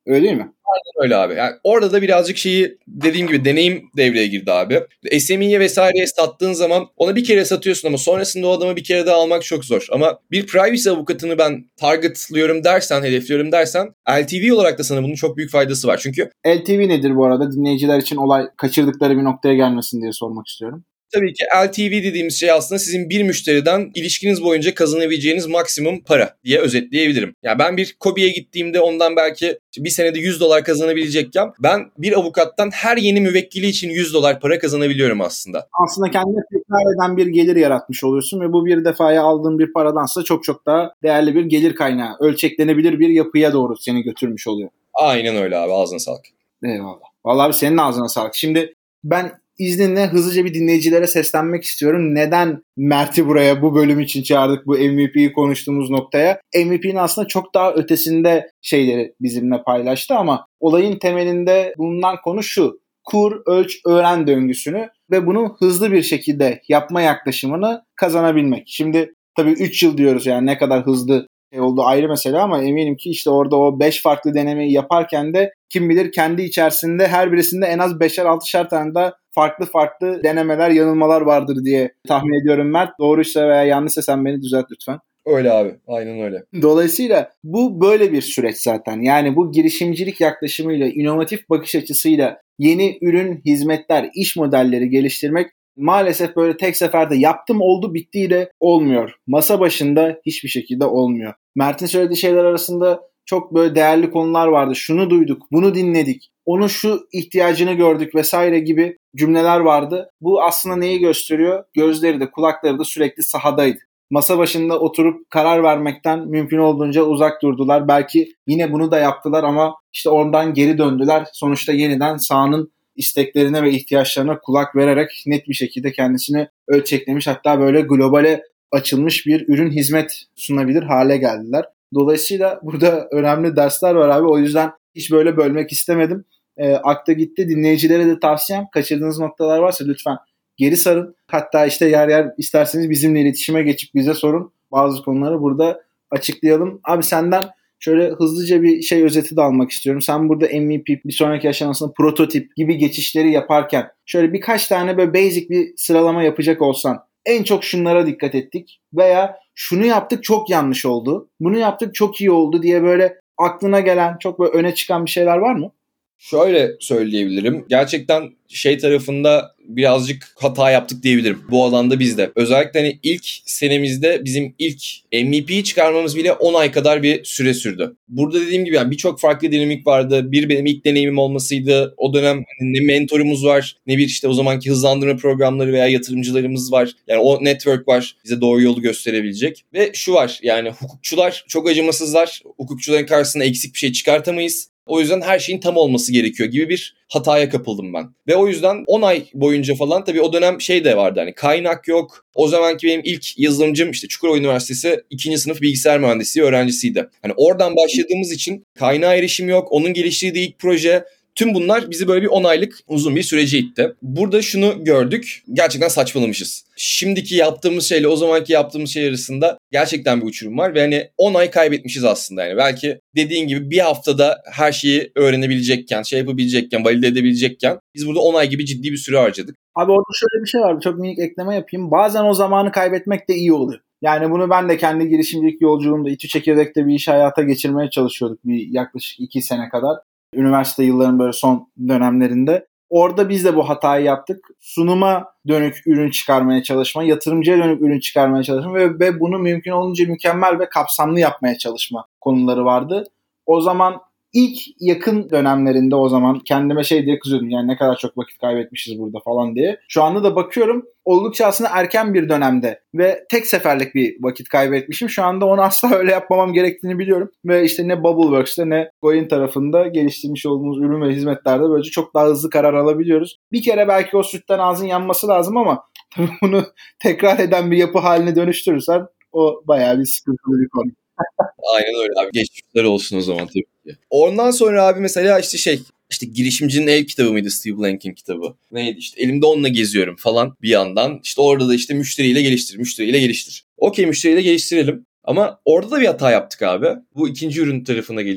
Öyle değil mi? Öyle abi. Yani orada da birazcık dediğim gibi deneyim devreye girdi abi. SME'ye vesaireye sattığın zaman ona bir kere satıyorsun ama sonrasında o adamı bir kere daha almak çok zor. Ama bir privacy avukatını ben targetlıyorum dersen, hedefliyorum dersen LTV olarak da sana bunun çok büyük faydası var. Çünkü LTV nedir bu arada? Dinleyiciler için olay kaçırdıkları bir noktaya gelmesin diye sormak istiyorum. tabii ki LTV dediğimiz şey aslında sizin bir müşteriden ilişkiniz boyunca kazanabileceğiniz maksimum para diye özetleyebilirim. Yani ben bir Kobe'ye gittiğimde ondan belki bir senede $100 kazanabilecekken ben bir avukattan her yeni müvekkili için $100 para kazanabiliyorum aslında. Aslında kendine tekrar eden bir gelir yaratmış oluyorsun ve bu bir defaya aldığın bir paradansa çok çok daha değerli bir gelir kaynağı, ölçeklenebilir bir yapıya doğru seni götürmüş oluyor. Aynen öyle abi, ağzına sağlık. Eyvallah. Vallahi abi senin ağzına sağlık. Şimdi ben izninle hızlıca bir dinleyicilere seslenmek istiyorum. Neden Mert'i buraya bu bölüm için çağırdık, bu MVP'yi konuştuğumuz noktaya? MVP'nin aslında çok daha ötesinde şeyleri bizimle paylaştı ama olayın temelinde bulunan konu şu: kur, ölç, öğren döngüsünü ve bunu hızlı bir şekilde yapma yaklaşımını kazanabilmek. Şimdi tabii 3 yıl diyoruz, yani ne kadar hızlı oldu ayrı mesele ama eminim ki işte orada o 5 farklı denemeyi yaparken de kim bilir kendi içerisinde her birisinde en az 5'er 6'şer tane de farklı denemeler, yanılmalar vardır diye tahmin ediyorum Mert. Doğruysa veya yanlışsa sen beni düzelt lütfen. Öyle abi, aynen öyle. Dolayısıyla bu böyle bir süreç zaten. Yani bu girişimcilik yaklaşımıyla, inovatif bakış açısıyla yeni ürün, hizmetler, iş modelleri geliştirmek maalesef böyle tek seferde yaptım oldu bittiyle olmuyor. Masa başında hiçbir şekilde olmuyor. Mert'in söylediği şeyler arasında çok böyle değerli konular vardı. Şunu duyduk, bunu dinledik, onun şu ihtiyacını gördük vesaire gibi cümleler vardı. Bu aslında neyi gösteriyor? Gözleri de kulakları da sürekli sahadaydı. Masa başında oturup karar vermekten mümkün olduğunca uzak durdular. Belki yine bunu da yaptılar ama işte oradan geri döndüler. Sonuçta yeniden sahanın isteklerine ve ihtiyaçlarına kulak vererek net bir şekilde kendisini ölçeklemiş, hatta böyle globale açılmış bir ürün hizmet sunabilir hale geldiler. Dolayısıyla burada önemli dersler var abi. O yüzden hiç böyle bölmek istemedim. Akta gitti. Dinleyicilere de tavsiyem, kaçırdığınız noktalar varsa lütfen geri sarın. Hatta işte yer yer isterseniz bizimle iletişime geçip bize sorun. Bazı konuları burada açıklayalım. Abi senden şöyle hızlıca bir şey özeti de almak istiyorum. Sen burada MVP, bir sonraki aşamasında prototip gibi geçişleri yaparken şöyle birkaç tane böyle basic bir sıralama yapacak olsan, en çok şunlara dikkat ettik veya şunu yaptık çok yanlış oldu, bunu yaptık çok iyi oldu diye böyle aklına gelen çok böyle öne çıkan bir şeyler var mı? Şöyle söyleyebilirim. Gerçekten tarafında birazcık hata yaptık diyebilirim. Bu alanda biz de. Özellikle hani ilk senemizde bizim ilk MVP'yi çıkarmamız bile 10 ay kadar bir süre sürdü. Burada dediğim gibi yani birçok farklı dinamik vardı. Bir benim ilk deneyimim olmasıydı. O dönem ne mentorumuz var, ne bir işte o zamanki hızlandırma programları veya yatırımcılarımız var. Yani o network var bize doğru yolu gösterebilecek. Ve şu var, yani hukukçular çok acımasızlar. Hukukçuların karşısına eksik bir şey çıkartamayız. O yüzden her şeyin tam olması gerekiyor gibi bir hataya kapıldım ben. Ve o yüzden 10 ay boyunca falan tabii o dönem de vardı, hani kaynak yok. O zamanki benim ilk yazılımcım işte Çukurova Üniversitesi 2. sınıf bilgisayar mühendisliği öğrencisiydi. Hani oradan başladığımız için kaynağa erişim yok. Onun geliştirdiği ilk proje, tüm bunlar bizi böyle bir 10 aylık uzun bir sürece itti. Burada şunu gördük. Gerçekten saçmalamışız. Şimdiki yaptığımız şeyle o zamanki yaptığımız şey arasında gerçekten bir uçurum var. Ve hani 10 ay kaybetmişiz aslında. Yani belki dediğin gibi bir haftada her şeyi öğrenebilecekken, yapabilecekken, valide edebilecekken biz burada 10 ay gibi ciddi bir süre harcadık. Abi orada şöyle bir şey var. Çok minik ekleme yapayım. Bazen o zamanı kaybetmek de iyi oluyor. Yani bunu ben de kendi girişimcilik yolculuğumda İTÜ Çekirdek'te bir iş hayata geçirmeye çalışıyorduk bir yaklaşık 2 sene kadar. Üniversite yılların böyle son dönemlerinde. Orada biz de bu hatayı yaptık. Sunuma dönük ürün çıkarmaya çalışma, yatırımcıya dönük ürün çıkarmaya çalışma ve bunu mümkün olunca mükemmel ve kapsamlı yapmaya çalışma konuları vardı. O zaman ilk yakın dönemlerinde o zaman kendime diye kızıyordum. Yani ne kadar çok vakit kaybetmişiz burada falan diye. Şu anda da bakıyorum oldukça aslında erken bir dönemde ve tek seferlik bir vakit kaybetmişim. Şu anda onu asla öyle yapmamam gerektiğini biliyorum. Ve işte ne Bubbleworks'te ne Goin tarafında geliştirmiş olduğumuz ürün ve hizmetlerde böylece çok daha hızlı karar alabiliyoruz. Bir kere belki o sütten ağzın yanması lazım ama tabii bunu tekrar eden bir yapı haline dönüştürürsen o bayağı bir sıkıntılı bir konu. Aynen öyle abi. Geçmişler olsun o zaman tabii ki. Ondan sonra abi mesela işte girişimcinin el kitabı mıydı, Steve Blank'in kitabı? Neydi işte, elimde onunla geziyorum falan bir yandan. İşte orada da işte müşteriyle geliştir. Okey, müşteriyle geliştirelim. Ama orada da bir hata yaptık abi. Bu ikinci ürün tarafına geliyorum.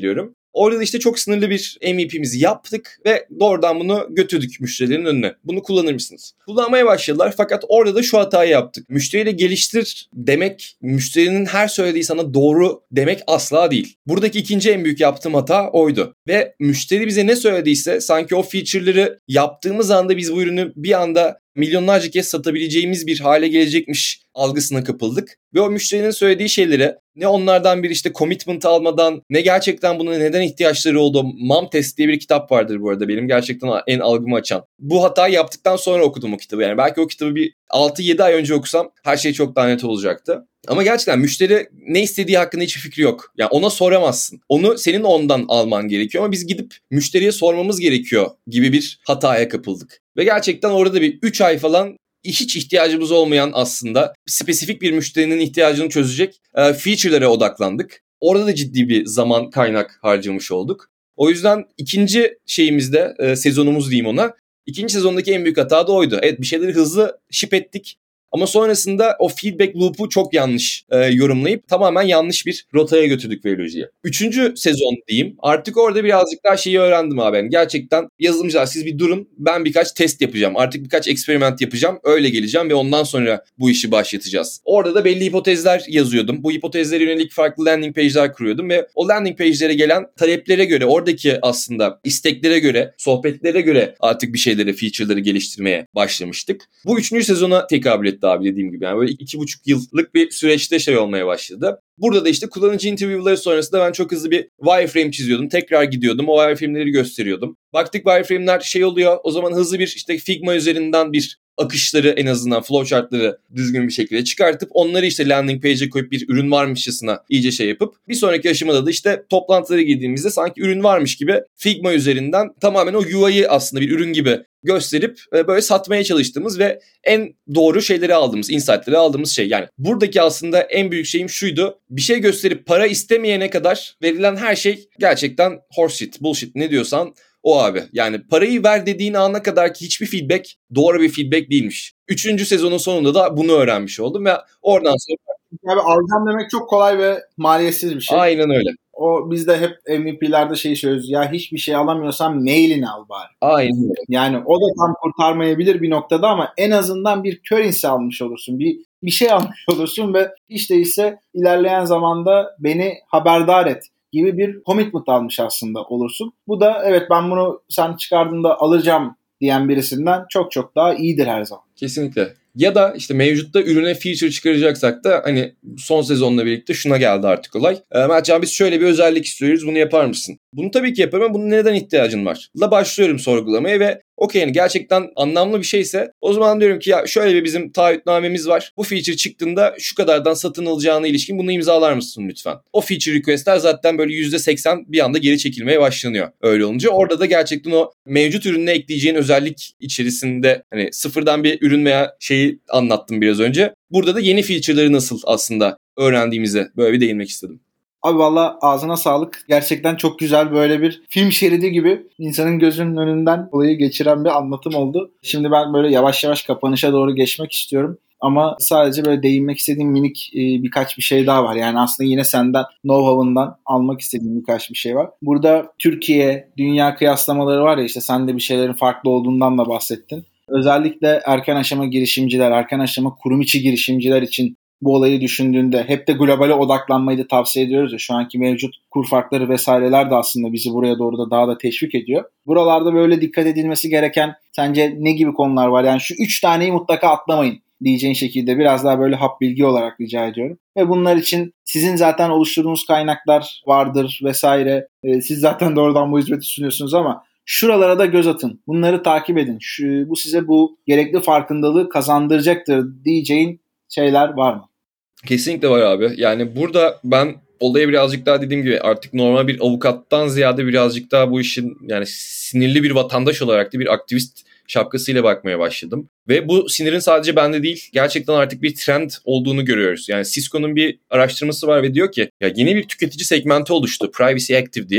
Orada da işte çok sınırlı bir MVP'mizi yaptık ve doğrudan bunu götürdük müşterilerin önüne. Bunu kullanır mısınız? Kullanmaya başladılar fakat orada da şu hatayı yaptık. Müşteriyle geliştir demek, müşterinin her söylediği sana doğru demek asla değil. Buradaki ikinci en büyük yaptığım hata oydu. Ve müşteri bize ne söylediyse sanki o feature'ları yaptığımız anda biz bu ürünü bir anda milyonlarca kez satabileceğimiz bir hale gelecekmiş algısına kapıldık. Ve o müşterinin söylediği şeylere ne onlardan bir işte commitment almadan ne gerçekten buna neden ihtiyaçları oldu. Mom Test diye bir kitap vardır bu arada benim gerçekten en algımı açan. Bu hatayı yaptıktan sonra okudum o kitabı. Yani belki o kitabı bir 6-7 ay önce okusam her şey çok daha net olacaktı. Ama gerçekten müşteri ne istediği hakkında hiçbir fikri yok. Yani ona soramazsın. Onu senin ondan alman gerekiyor ama biz gidip müşteriye sormamız gerekiyor gibi bir hataya kapıldık. Ve gerçekten orada bir 3 ay falan hiç ihtiyacımız olmayan aslında spesifik bir müşterinin ihtiyacını çözecek feature'lara odaklandık. Orada da ciddi bir zaman kaynak harcamış olduk. O yüzden ikinci şeyimizde sezonumuz diyeyim ona. İkinci sezondaki en büyük hata da oydu. Evet bir şeyleri hızlı ship ettik. Ama sonrasında o feedback loop'u çok yanlış yorumlayıp tamamen yanlış bir rotaya götürdük Veloji'ye. Üçüncü sezon diyeyim. Artık orada birazcık daha şeyi öğrendim abi. Yani gerçekten yazılımcılar siz bir durun. Ben birkaç test yapacağım. Artık birkaç eksperiment yapacağım. Öyle geleceğim ve ondan sonra bu işi başlatacağız. Orada da belli hipotezler yazıyordum. Bu hipotezlere yönelik farklı landing page'ler kuruyordum ve o landing page'lere gelen taleplere göre, oradaki aslında isteklere göre, sohbetlere göre artık bir şeyleri, feature'ları geliştirmeye başlamıştık. Bu üçüncü sezona tekabül etti abi dediğim gibi. Yani böyle 2,5 yıllık bir süreçte şey olmaya başladı. Burada da işte kullanıcı interview'ları sonrasında ben çok hızlı bir wireframe çiziyordum. Tekrar gidiyordum. O wireframe'leri gösteriyordum. Baktık wireframe'ler şey oluyor. O zaman hızlı bir işte Figma üzerinden bir akışları en azından flowchartları düzgün bir şekilde çıkartıp onları işte landing page'e koyup bir ürün varmışçasına iyice şey yapıp bir sonraki aşamada da işte toplantılara girdiğimizde sanki ürün varmış gibi Figma üzerinden tamamen o UI'yi aslında bir ürün gibi gösterip böyle satmaya çalıştığımız ve en doğru şeyleri aldığımız, insight'ları aldığımız şey. Yani buradaki aslında en büyük şeyim şuydu. Bir şey gösterip para istemeyene kadar verilen her şey gerçekten horse shit, bullshit ne diyorsan o abi. Yani parayı ver dediğin ana kadarki hiçbir feedback doğru bir feedback değilmiş. Üçüncü sezonun sonunda da bunu öğrenmiş oldum ve oradan sonra... Abi alacağım demek çok kolay ve maliyetsiz bir şey. Aynen öyle. O biz de hep MVP'lerde şey söylüyoruz. Ya hiçbir şey alamıyorsan mailini al bari. Aynen öyle. Yani o da tam kurtarmayabilir bir noktada ama en azından bir currency almış olursun. Bir şey almış olursun ve hiç değilse ilerleyen zamanda beni haberdar et gibi bir commitment almış aslında olursun. Bu da evet ben bunu sen çıkardığında alacağım diyen birisinden çok çok daha iyidir her zaman. Kesinlikle. Ya da işte mevcutta ürüne feature çıkaracaksak da hani son sezonla birlikte şuna geldi artık olay. Mertcan biz şöyle bir özellik istiyoruz, bunu yapar mısın? Bunu tabii ki yaparım ama bunun neden ihtiyacın var? La başlıyorum sorgulamaya ve okey yani gerçekten anlamlı bir şeyse o zaman diyorum ki ya şöyle bir bizim taahhütnamemiz var. Bu feature çıktığında şu kadardan satın alacağına ilişkin bunu imzalar mısın lütfen? O feature requestler zaten böyle %80 bir anda geri çekilmeye başlanıyor. Öyle olunca orada da gerçekten o mevcut ürününe ekleyeceğin özellik içerisinde hani sıfırdan bir ürün veya şeyi anlattım biraz önce. Burada da yeni feature'ları nasıl aslında öğrendiğimize böyle bir değinmek istedim. Abi valla ağzına sağlık. Gerçekten çok güzel böyle bir film şeridi gibi insanın gözünün önünden olayı geçiren bir anlatım oldu. Şimdi ben böyle yavaş yavaş kapanışa doğru geçmek istiyorum. Ama sadece böyle değinmek istediğim minik birkaç bir şey daha var. Yani aslında yine senden know-how'ından almak istediğim birkaç bir şey var. Burada Türkiye, dünya kıyaslamaları var ya işte sen de bir şeylerin farklı olduğundan da bahsettin. Özellikle erken aşama girişimciler, erken aşama kurum içi girişimciler için bu olayı düşündüğünde hep de globale odaklanmayı da tavsiye ediyoruz ya şu anki mevcut kur farkları vesaireler de aslında bizi buraya doğru da daha da teşvik ediyor. Buralarda böyle dikkat edilmesi gereken sence ne gibi konular var? Yani şu 3 taneyi mutlaka atlamayın diyeceğin şekilde biraz daha böyle hap bilgi olarak rica ediyorum. Ve bunlar için sizin zaten oluşturduğunuz kaynaklar vardır vesaire. Siz zaten doğrudan bu hizmeti sunuyorsunuz ama şuralara da göz atın. Bunları takip edin. Bu size bu gerekli farkındalığı kazandıracaktır diyeceğin şeyler var mı? Kesinlikle var abi. Yani burada ben olaya birazcık daha dediğim gibi artık normal bir avukattan ziyade birazcık daha bu işin yani sinirli bir vatandaş olarak da bir aktivist şapkasıyla bakmaya başladım. Ve bu sinirin sadece bende değil gerçekten artık bir trend olduğunu görüyoruz. Yani Cisco'nun bir araştırması var ve diyor ki ya yeni bir tüketici segmenti oluştu Privacy Active diye ve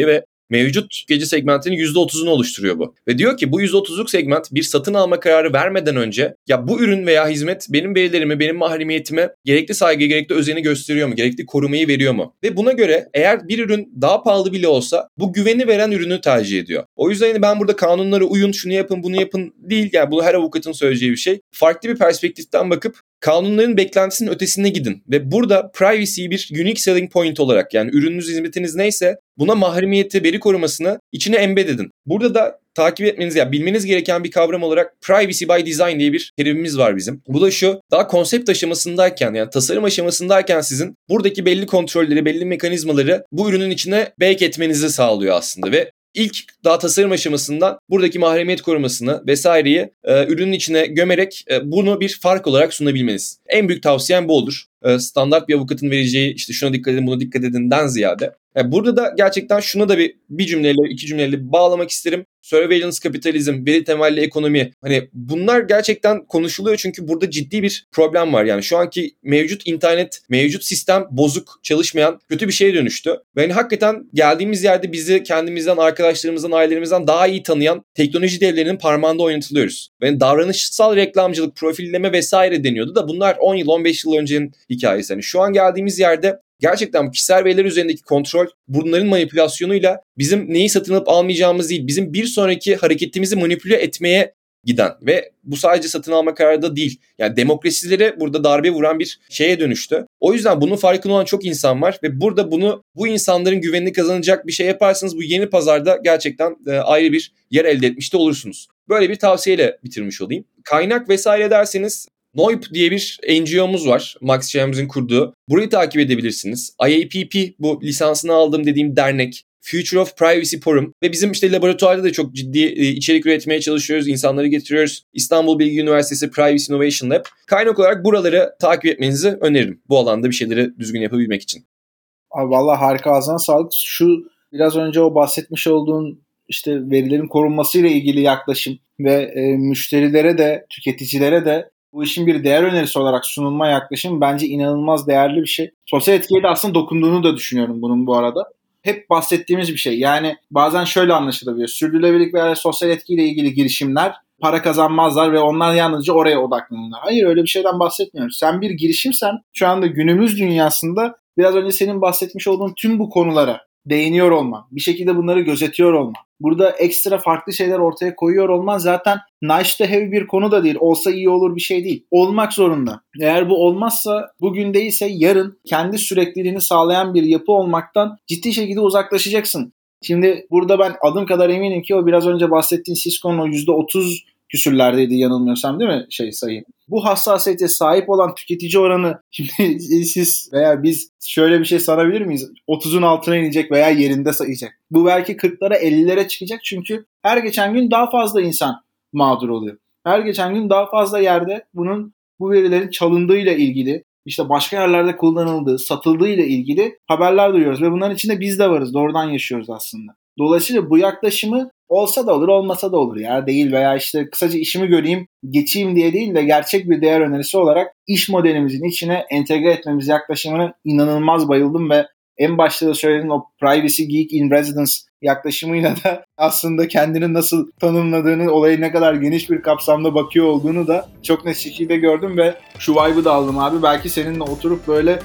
Mevcut tüketici segmentinin %30'unu oluşturuyor bu. Ve diyor ki bu %30'luk segment bir satın alma kararı vermeden önce ya bu ürün veya hizmet benim verilerime, benim mahremiyetime gerekli saygı, gerekli özeni gösteriyor mu? Gerekli korumayı veriyor mu? Ve buna göre eğer bir ürün daha pahalı bile olsa bu güveni veren ürünü tercih ediyor. O yüzden ben burada kanunlara uyun, şunu yapın, bunu yapın değil. Yani bu her avukatın söyleyeceği bir şey. Farklı bir perspektiften bakıp kanunların beklentisinin ötesine gidin. Ve burada privacy'yi bir unique selling point olarak, yani ürününüz, hizmetiniz neyse buna mahremiyeti, veri korumasını içine embed edin. Burada da takip etmeniz, yani bilmeniz gereken bir kavram olarak privacy by design diye bir terimimiz var bizim. Bu da şu: daha konsept aşamasındayken, yani tasarım aşamasındayken sizin buradaki belli kontrolleri, belli mekanizmaları bu ürünün içine bake etmenizi sağlıyor aslında ve İlk daha tasarım aşamasından buradaki mahremiyet korumasını vesaireyi ürünün içine gömerek bunu bir fark olarak sunabilmeniz. En büyük tavsiyem bu olur. Standart bir avukatın vereceği işte şuna dikkat edin, buna dikkat edinden ziyade. Burada da gerçekten şuna da bir cümleyle, iki cümleyle bağlamak isterim. Surveillance kapitalizm, veri temelli ekonomi, hani bunlar gerçekten konuşuluyor çünkü burada ciddi bir problem var. Yani şu anki mevcut internet, mevcut sistem bozuk, çalışmayan, kötü bir şeye dönüştü. Ve hani hakikaten geldiğimiz yerde bizi kendimizden, arkadaşlarımızdan, ailelerimizden daha iyi tanıyan teknoloji devlerinin parmağında oynatılıyoruz. Ve davranışsal reklamcılık, profilleme vesaire deniyordu da bunlar 10 yıl, 15 yıl öncenin hikayesi. Yani şu an geldiğimiz yerde gerçekten bu kişisel veriler üzerindeki kontrol, bunların manipülasyonuyla bizim neyi satın alıp almayacağımız değil, bizim bir sonraki hareketimizi manipüle etmeye giden ve bu sadece satın alma kararı da değil. Yani demokrasilere burada darbe vuran bir şeye dönüştü. O yüzden bunun farkında olan çok insan var ve burada bu insanların güvenini kazanacak bir şey yaparsanız bu yeni pazarda gerçekten ayrı bir yer elde etmiş de olursunuz. Böyle bir tavsiyeyle bitirmiş olayım. Kaynak vesaire derseniz Noip diye bir NGO'muz var. Max Schrems kurduğu. Burayı takip edebilirsiniz. IAPP, bu lisansını aldığım dediğim dernek. Future of Privacy Forum ve bizim işte laboratuvarda da çok ciddi içerik üretmeye çalışıyoruz. İnsanları getiriyoruz. İstanbul Bilgi Üniversitesi Privacy Innovation Lab. Kaynak olarak buraları takip etmenizi öneririm. Bu alanda bir şeyleri düzgün yapabilmek için. Abi vallahi harika, ağzına sağlık. Şu biraz önce o bahsetmiş olduğun işte verilerin korunmasıyla ilgili yaklaşım ve müşterilere de, tüketicilere de bu işin bir değer önerisi olarak sunulma yaklaşım bence inanılmaz değerli bir şey. Sosyal etkiye de aslında dokunduğunu da düşünüyorum bunun bu arada. Hep bahsettiğimiz bir şey. Yani bazen şöyle anlaşılabiliyor. Sürdürülebilirlik veya sosyal etkiyle ilgili girişimler para kazanmazlar ve onlar yalnızca oraya odaklanırlar. Hayır, öyle bir şeyden bahsetmiyoruz. Sen bir girişimsen şu anda günümüz dünyasında biraz önce senin bahsetmiş olduğun tüm bu konulara değiniyor olman, bir şekilde bunları gözetiyor olman, burada ekstra farklı şeyler ortaya koyuyor olman zaten nice to have bir konu da değil. Olsa iyi olur bir şey değil. Olmak zorunda. Eğer bu olmazsa, bugün değilse yarın kendi sürekliliğini sağlayan bir yapı olmaktan ciddi şekilde uzaklaşacaksın. Şimdi burada ben adım kadar eminim ki o biraz önce bahsettiğin Cisco'nun o %30 küsürlerdeydi yanılmıyorsam, değil mi sayı? Bu hassasiyete sahip olan tüketici oranı, şimdi siz veya biz şöyle bir şey sanabilir miyiz? 30'un altına inecek veya yerinde sayacak. Bu belki 40'lara 50'lere çıkacak çünkü her geçen gün daha fazla insan mağdur oluyor. Her geçen gün daha fazla yerde bu verilerin çalındığıyla ilgili, işte başka yerlerde kullanıldığı, satıldığıyla ilgili haberler duyuyoruz ve bunların içinde biz de varız. Doğrudan yaşıyoruz aslında. Dolayısıyla bu yaklaşımı olsa da olur, olmasa da olur ya, değil veya işte kısaca işimi göreyim, geçeyim diye değil de gerçek bir değer önerisi olarak iş modelimizin içine entegre etmemiz yaklaşımına inanılmaz bayıldım ve en başta da söylediğin o Privacy Geek in Residence yaklaşımıyla da aslında kendini nasıl tanımladığını, olayı ne kadar geniş bir kapsamda bakıyor olduğunu da çok net şekilde gördüm ve şu vibe'ı da aldım abi. Belki seninle oturup böyle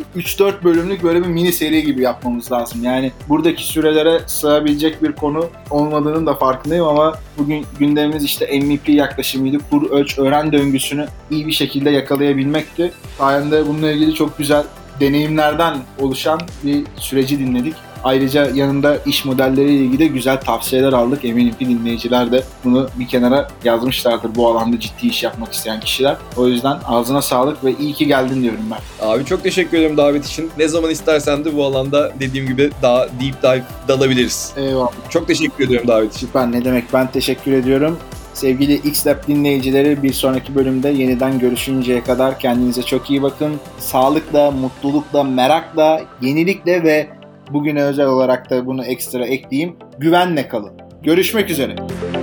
3-4 bölümlük böyle bir mini seri gibi yapmamız lazım. Yani buradaki sürelere sığabilecek bir konu olmadığının da farkındayım ama bugün gündemimiz işte MVP yaklaşımıydı. Kur, ölç, öğren döngüsünü iyi bir şekilde yakalayabilmekti. Sayende bununla ilgili çok güzel deneyimlerden oluşan bir süreci dinledik. Ayrıca yanında iş modelleriyle ilgili de güzel tavsiyeler aldık. Eminim ki dinleyiciler de bunu bir kenara yazmışlardır, bu alanda ciddi iş yapmak isteyen kişiler. O yüzden ağzına sağlık ve iyi ki geldin diyorum ben. Abi çok teşekkür ederim davet için. Ne zaman istersen de bu alanda dediğim gibi daha deep dive dalabiliriz. Eyvallah. Çok teşekkür ediyorum davet için. Süper, ne demek, ben teşekkür ediyorum. Sevgili X-Lab dinleyicileri, bir sonraki bölümde yeniden görüşünceye kadar kendinize çok iyi bakın. Sağlıkla, mutlulukla, merakla, yenilikle ve bugüne özel olarak da bunu ekstra ekleyeyim, güvenle kalın. Görüşmek üzere.